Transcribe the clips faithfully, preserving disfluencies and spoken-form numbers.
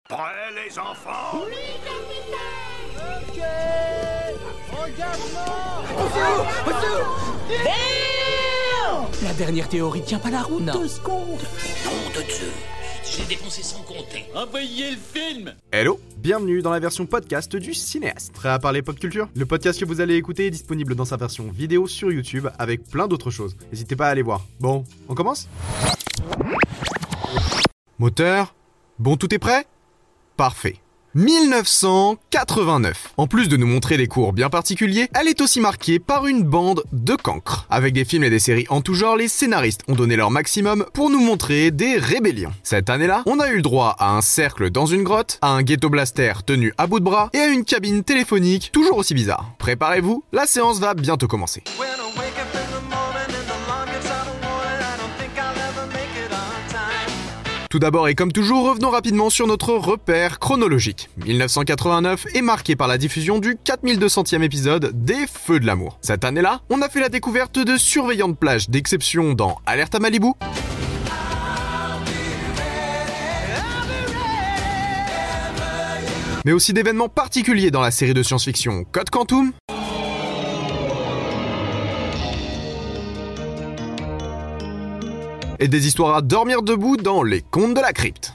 Prêts, les enfants? Oui, capitaine. Ok. Engagement. La dernière théorie tient pas la route. Deux secondes. Nom de Dieu. J'ai dépensé sans compter. Envoyez le film. Hello, bienvenue dans la version podcast du cinéaste. Prêt à parler pop culture? Le podcast que vous allez écouter est disponible dans sa version vidéo sur YouTube avec plein d'autres choses. N'hésitez pas à aller voir. Bon, on commence? Moteur? Bon, tout est prêt? Parfait. dix-neuf cent quatre-vingt-neuf. En plus de nous montrer des cours bien particuliers, elle est aussi marquée par une bande de cancres. Avec des films et des séries en tout genre, les scénaristes ont donné leur maximum pour nous montrer des rébellions. Cette année-là, on a eu le droit à un cercle dans une grotte, à un ghetto blaster tenu à bout de bras et à une cabine téléphonique toujours aussi bizarre. Préparez-vous, la séance va bientôt commencer. Tout d'abord et comme toujours, revenons rapidement sur notre repère chronologique. dix-neuf cent quatre-vingt-neuf est marqué par la diffusion du quatre mille deux centième épisode des Feux de l'amour. Cette année-là, on a fait la découverte de surveillants de plage d'exception dans Alerte à Malibu, mais aussi d'événements particuliers dans la série de science-fiction Code Quantum, et des histoires à dormir debout dans Les Contes de la Crypte.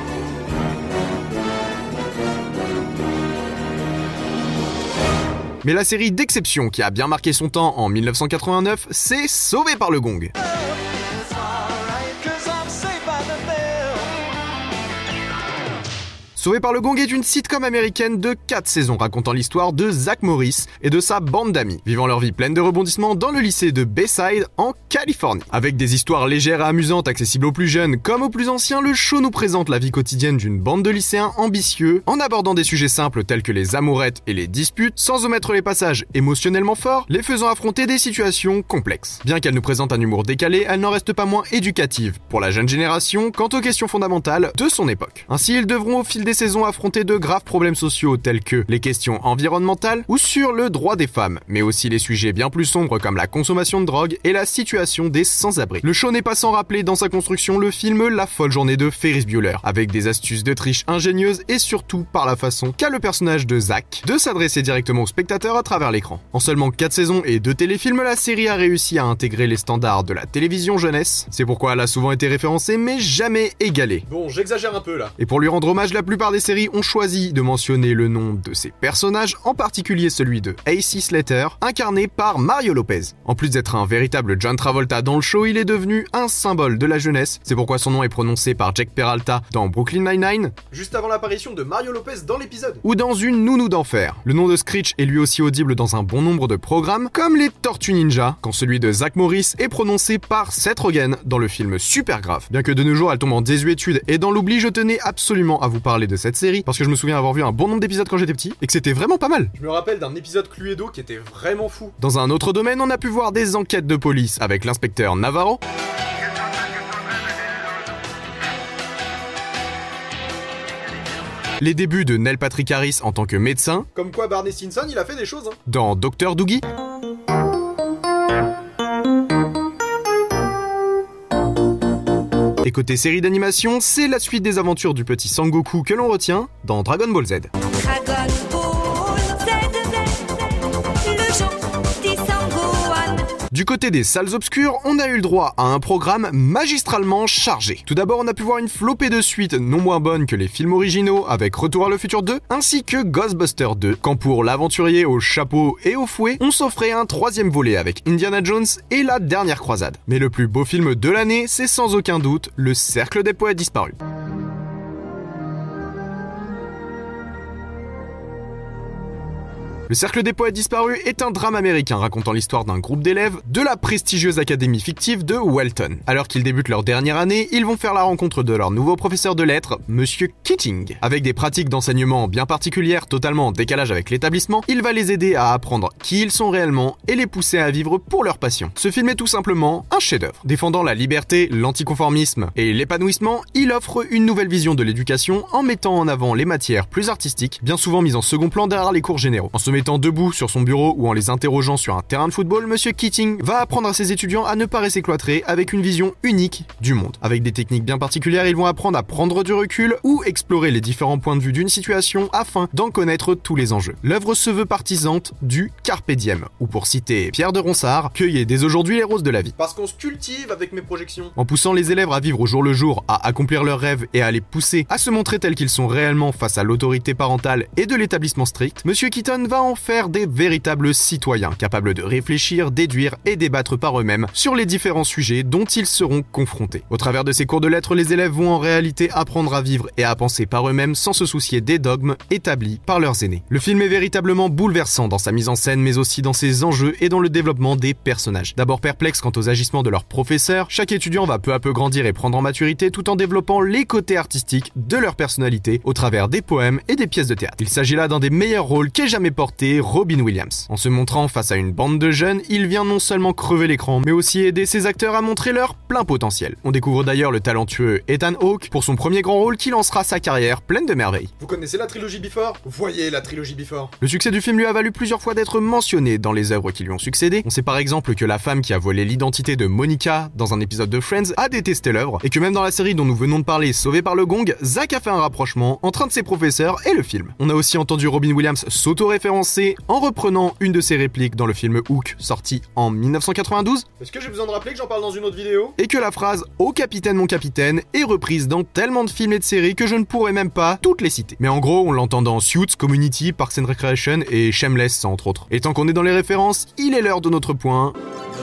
Mais la série d'exception qui a bien marqué son temps en dix-neuf cent quatre-vingt-neuf, c'est Sauvé par le Gong. Sauvé par le Gong est une sitcom américaine de quatre saisons racontant l'histoire de Zach Morris et de sa bande d'amis, vivant leur vie pleine de rebondissements dans le lycée de Bayside en Californie. Avec des histoires légères et amusantes accessibles aux plus jeunes comme aux plus anciens, le show nous présente la vie quotidienne d'une bande de lycéens ambitieux en abordant des sujets simples tels que les amourettes et les disputes, sans omettre les passages émotionnellement forts, les faisant affronter des situations complexes. Bien qu'elle nous présente un humour décalé, elle n'en reste pas moins éducative pour la jeune génération quant aux questions fondamentales de son époque. Ainsi, ils devront au fil des saisons affronter de graves problèmes sociaux tels que les questions environnementales ou sur le droit des femmes, mais aussi les sujets bien plus sombres comme la consommation de drogue et la situation des sans-abri. Le show n'est pas sans rappeler dans sa construction le film La folle journée de Ferris Bueller, avec des astuces de triche ingénieuses et surtout par la façon qu'a le personnage de Zach de s'adresser directement aux spectateurs à travers l'écran. En seulement quatre saisons et deux téléfilms, la série a réussi à intégrer les standards de la télévision jeunesse. C'est pourquoi elle a souvent été référencée mais jamais égalée. Bon, j'exagère un peu là. Et pour lui rendre hommage, la plupart des séries ont choisi de mentionner le nom de ses personnages, en particulier celui de A C Slater, incarné par Mario Lopez. En plus d'être un véritable John Travolta dans le show, il est devenu un symbole de la jeunesse. C'est pourquoi son nom est prononcé par Jack Peralta dans Brooklyn Nine-Nine, juste avant l'apparition de Mario Lopez dans l'épisode, ou dans Une nounou d'enfer. Le nom de Screech est lui aussi audible dans un bon nombre de programmes, comme les Tortues Ninja, quand celui de Zach Morris est prononcé par Seth Rogen dans le film Supergraph. Bien que de nos jours elle tombe en désuétude et dans l'oubli, je tenais absolument à vous parler de cette série, parce que je me souviens avoir vu un bon nombre d'épisodes quand j'étais petit, et que c'était vraiment pas mal. Je me rappelle d'un épisode Cluedo qui était vraiment fou. Dans un autre domaine, on a pu voir des enquêtes de police avec l'inspecteur Navarro, les débuts de Neil Patrick Harris en tant que médecin, comme quoi Barney Stinson il a fait des choses hein. Dans Docteur Doogie, et côté série d'animation, c'est la suite des aventures du petit Sangoku que l'on retient dans Dragon Ball Z. Dragon Ball Z, le gentil Sangohan. Du côté des salles obscures, on a eu le droit à un programme magistralement chargé. Tout d'abord, on a pu voir une flopée de suites non moins bonnes que les films originaux avec Retour vers le futur deux, ainsi que Ghostbusters deux, quand pour l'aventurier au chapeau et au fouet, on s'offrait un troisième volet avec Indiana Jones et la dernière croisade. Mais le plus beau film de l'année, c'est sans aucun doute Le Cercle des Poètes Disparus. Le Cercle des Poètes Disparus est un drame américain racontant l'histoire d'un groupe d'élèves de la prestigieuse académie fictive de Welton. Alors qu'ils débutent leur dernière année, ils vont faire la rencontre de leur nouveau professeur de lettres, Monsieur Keating. Avec des pratiques d'enseignement bien particulières, totalement en décalage avec l'établissement, il va les aider à apprendre qui ils sont réellement et les pousser à vivre pour leur passion. Ce film est tout simplement un chef-d'œuvre. Défendant la liberté, l'anticonformisme et l'épanouissement, il offre une nouvelle vision de l'éducation en mettant en avant les matières plus artistiques, bien souvent mises en second plan derrière les cours généraux. En somme étant debout sur son bureau ou en les interrogeant sur un terrain de football, Monsieur Keating va apprendre à ses étudiants à ne pas rester cloîtrés avec une vision unique du monde. Avec des techniques bien particulières, ils vont apprendre à prendre du recul ou explorer les différents points de vue d'une situation afin d'en connaître tous les enjeux. L'œuvre se veut partisante du Carpe Diem, ou pour citer Pierre de Ronsard, cueillez dès aujourd'hui les roses de la vie. Parce qu'on se cultive avec mes projections. En poussant les élèves à vivre au jour le jour, à accomplir leurs rêves et à les pousser à se montrer tels qu'ils sont réellement face à l'autorité parentale et de l'établissement strict, Monsieur Keaton va en faire des véritables citoyens, capables de réfléchir, déduire et débattre par eux-mêmes sur les différents sujets dont ils seront confrontés. Au travers de ces cours de lettres, les élèves vont en réalité apprendre à vivre et à penser par eux-mêmes sans se soucier des dogmes établis par leurs aînés. Le film est véritablement bouleversant dans sa mise en scène, mais aussi dans ses enjeux et dans le développement des personnages. D'abord perplexe quant aux agissements de leurs professeurs, chaque étudiant va peu à peu grandir et prendre en maturité tout en développant les côtés artistiques de leur personnalité au travers des poèmes et des pièces de théâtre. Il s'agit là d'un des meilleurs rôles qu'ait jamais porté Robin Williams. En se montrant face à une bande de jeunes, il vient non seulement crever l'écran, mais aussi aider ses acteurs à montrer leur plein potentiel. On découvre d'ailleurs le talentueux Ethan Hawke pour son premier grand rôle qui lancera sa carrière pleine de merveilles. Vous connaissez la trilogie Before ? Voyez la trilogie Before. Le succès du film lui a valu plusieurs fois d'être mentionné dans les œuvres qui lui ont succédé. On sait par exemple que la femme qui a volé l'identité de Monica dans un épisode de Friends a détesté l'œuvre, et que même dans la série dont nous venons de parler, Sauvé par le Gong, Zach a fait un rapprochement entre un de ses professeurs et le film. On a aussi entendu Robin Williams s'auto-référencer en reprenant une de ses répliques dans le film Hook, sorti en dix-neuf cent quatre-vingt-douze. Est-ce que j'ai besoin de rappeler que j'en parle dans une autre vidéo ? Et que la phrase « Oh capitaine mon capitaine » est reprise dans tellement de films et de séries que je ne pourrais même pas toutes les citer. Mais en gros, on l'entend dans Suits, Community, Parks and Recreation et Shameless entre autres. Et tant qu'on est dans les références, il est l'heure de notre point.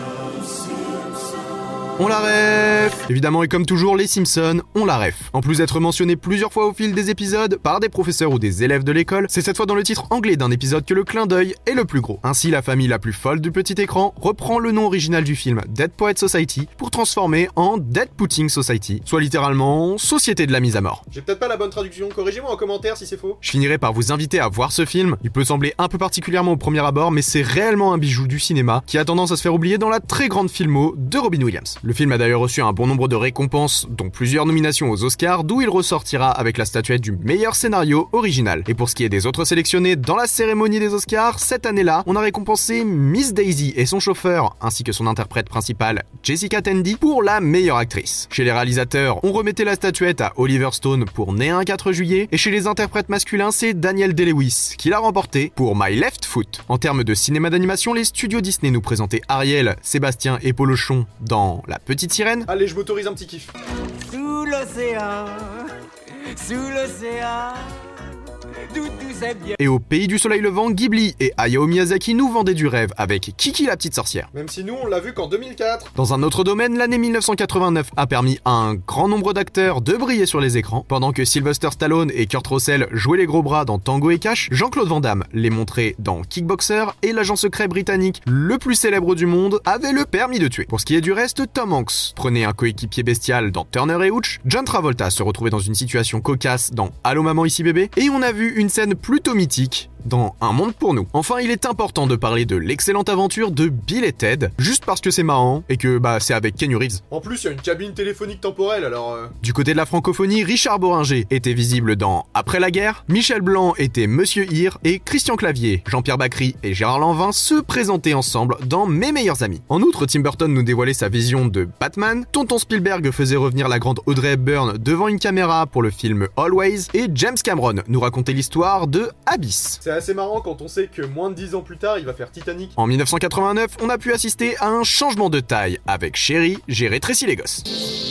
On la ref. Évidemment, et comme toujours, les Simpsons, on la ref. En plus d'être mentionné plusieurs fois au fil des épisodes par des professeurs ou des élèves de l'école, c'est cette fois dans le titre anglais d'un épisode que le clin d'œil est le plus gros. Ainsi, la famille la plus folle du petit écran reprend le nom original du film Dead Poets Society pour transformer en Dead Pudding Society, soit littéralement Société de la mise à mort. J'ai peut-être pas la bonne traduction, corrigez-moi en commentaire si c'est faux. Je finirai par vous inviter à voir ce film. Il peut sembler un peu particulièrement au premier abord, mais c'est réellement un bijou du cinéma qui a tendance à se faire oublier dans la très grande filmo de Robin Williams. Le film a d'ailleurs reçu un bon nombre de récompenses, dont plusieurs nominations aux Oscars, d'où il ressortira avec la statuette du meilleur scénario original. Et pour ce qui est des autres sélectionnés dans la cérémonie des Oscars, cette année-là, on a récompensé Miss Daisy et son chauffeur, ainsi que son interprète principale, Jessica Tandy, pour la meilleure actrice. Chez les réalisateurs, on remettait la statuette à Oliver Stone pour Né un quatre juillet, et chez les interprètes masculins, c'est Daniel Day-Lewis qui l'a remporté pour My Left Foot. En termes de cinéma d'animation, les studios Disney nous présentaient Ariel, Sébastien et Polochon dans La Petite Sirène. Allez, je m'autorise un petit kiff. Sous l'océan, sous l'océan, d'où tout c'est bien. Et au Pays du Soleil Levant, Ghibli et Hayao Miyazaki nous vendaient du rêve avec Kiki la petite sorcière. Même si nous, on l'a vu qu'en deux mille quatre. Dans un autre domaine, l'année mille neuf cent quatre-vingt-neuf a permis à un grand nombre d'acteurs de briller sur les écrans. Pendant que Sylvester Stallone et Kurt Russell jouaient les gros bras dans Tango et Cash, Jean-Claude Van Damme les montrait dans Kickboxer, et l'agent secret britannique le plus célèbre du monde avait le permis de tuer. Pour ce qui est du reste, Tom Hanks prenait un coéquipier bestial dans Turner et Hooch, John Travolta se retrouvait dans une situation cocasse dans Allô maman ici bébé, et on a vu une scène plutôt mythique dans Un monde pour nous. Enfin, il est important de parler de l'excellente aventure de Bill et Ted, juste parce que c'est marrant et que bah c'est avec Keanu Reeves. En plus, il y a une cabine téléphonique temporelle, alors... Euh... Du côté de la francophonie, Richard Boringer était visible dans Après la guerre, Michel Blanc était Monsieur Hir, et Christian Clavier, Jean-Pierre Bacry et Gérard Lanvin se présentaient ensemble dans Mes meilleurs amis. En outre, Tim Burton nous dévoilait sa vision de Batman, Tonton Spielberg faisait revenir la grande Audrey Hepburn devant une caméra pour le film Always, et James Cameron nous racontait l'histoire de Abyss. C'est assez marrant quand on sait que moins de dix ans plus tard, il va faire Titanic. En dix-neuf cent quatre-vingt-neuf, on a pu assister à un changement de taille avec Chérie, j'ai rétréci les gosses.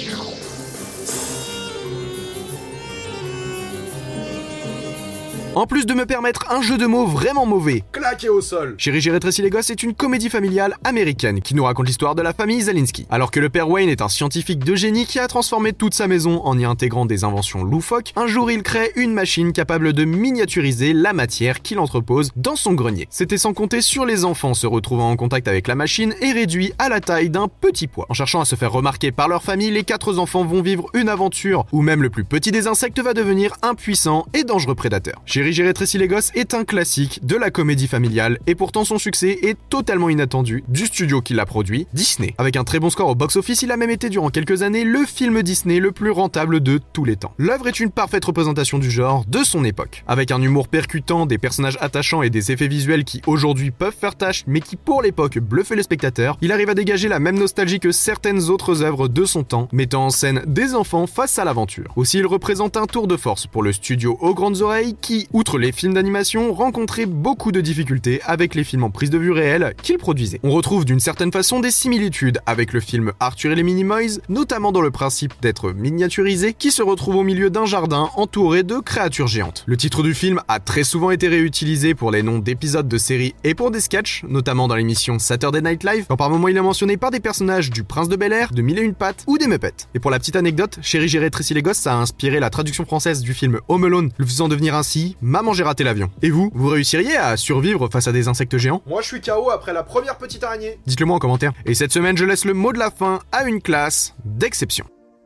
En plus de me permettre un jeu de mots vraiment mauvais, claqué au sol. Chérie, j'ai rétréci les gosses est une comédie familiale américaine qui nous raconte l'histoire de la famille Zelinsky. Alors que le père Wayne est un scientifique de génie qui a transformé toute sa maison en y intégrant des inventions loufoques, un jour il crée une machine capable de miniaturiser la matière qu'il entrepose dans son grenier. C'était sans compter sur les enfants se retrouvant en contact avec la machine et réduits à la taille d'un petit pois. En cherchant à se faire remarquer par leur famille, les quatre enfants vont vivre une aventure où même le plus petit des insectes va devenir un puissant et dangereux prédateur. Chérie, Chérie, j'ai rétréci les gosses est un classique de la comédie familiale et pourtant son succès est totalement inattendu du studio qui l'a produit, Disney. Avec un très bon score au box-office, il a même été durant quelques années le film Disney le plus rentable de tous les temps. L'œuvre est une parfaite représentation du genre de son époque. Avec un humour percutant, des personnages attachants et des effets visuels qui aujourd'hui peuvent faire tâche mais qui pour l'époque bluffaient le spectateur, il arrive à dégager la même nostalgie que certaines autres œuvres de son temps, mettant en scène des enfants face à l'aventure. Aussi, il représente un tour de force pour le studio aux grandes oreilles qui, outre les films d'animation, rencontrait beaucoup de difficultés avec les films en prise de vue réelle qu'il produisait. On retrouve d'une certaine façon des similitudes avec le film Arthur et les Minimoys, notamment dans le principe d'être miniaturisé, qui se retrouve au milieu d'un jardin entouré de créatures géantes. Le titre du film a très souvent été réutilisé pour les noms d'épisodes de séries et pour des sketchs, notamment dans l'émission Saturday Night Live, quand par moments il est mentionné par des personnages du Prince de Bel-Air, de Mille et une pattes ou des Muppets. Et pour la petite anecdote, Chérie, j'ai rétréci les gosses, ça a inspiré la traduction française du film Home Alone, le faisant devenir ainsi Maman, j'ai raté l'avion. Et vous, vous réussiriez à survivre face à des insectes géants? Moi je suis K O après la première petite araignée. Dites-le moi en commentaire. Et cette semaine, je laisse le mot de la fin à une classe d'exception.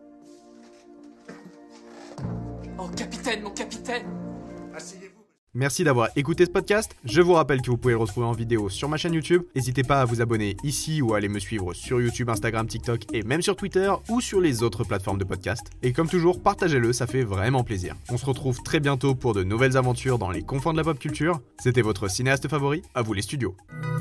Oh capitaine, mon capitaine! Merci d'avoir écouté ce podcast. Je vous rappelle que vous pouvez le retrouver en vidéo sur ma chaîne YouTube. N'hésitez pas à vous abonner ici ou à aller me suivre sur YouTube, Instagram, TikTok et même sur Twitter ou sur les autres plateformes de podcast. Et comme toujours, partagez-le, ça fait vraiment plaisir. On se retrouve très bientôt pour de nouvelles aventures dans les confins de la pop culture. C'était votre cinéaste favori, à vous les studios.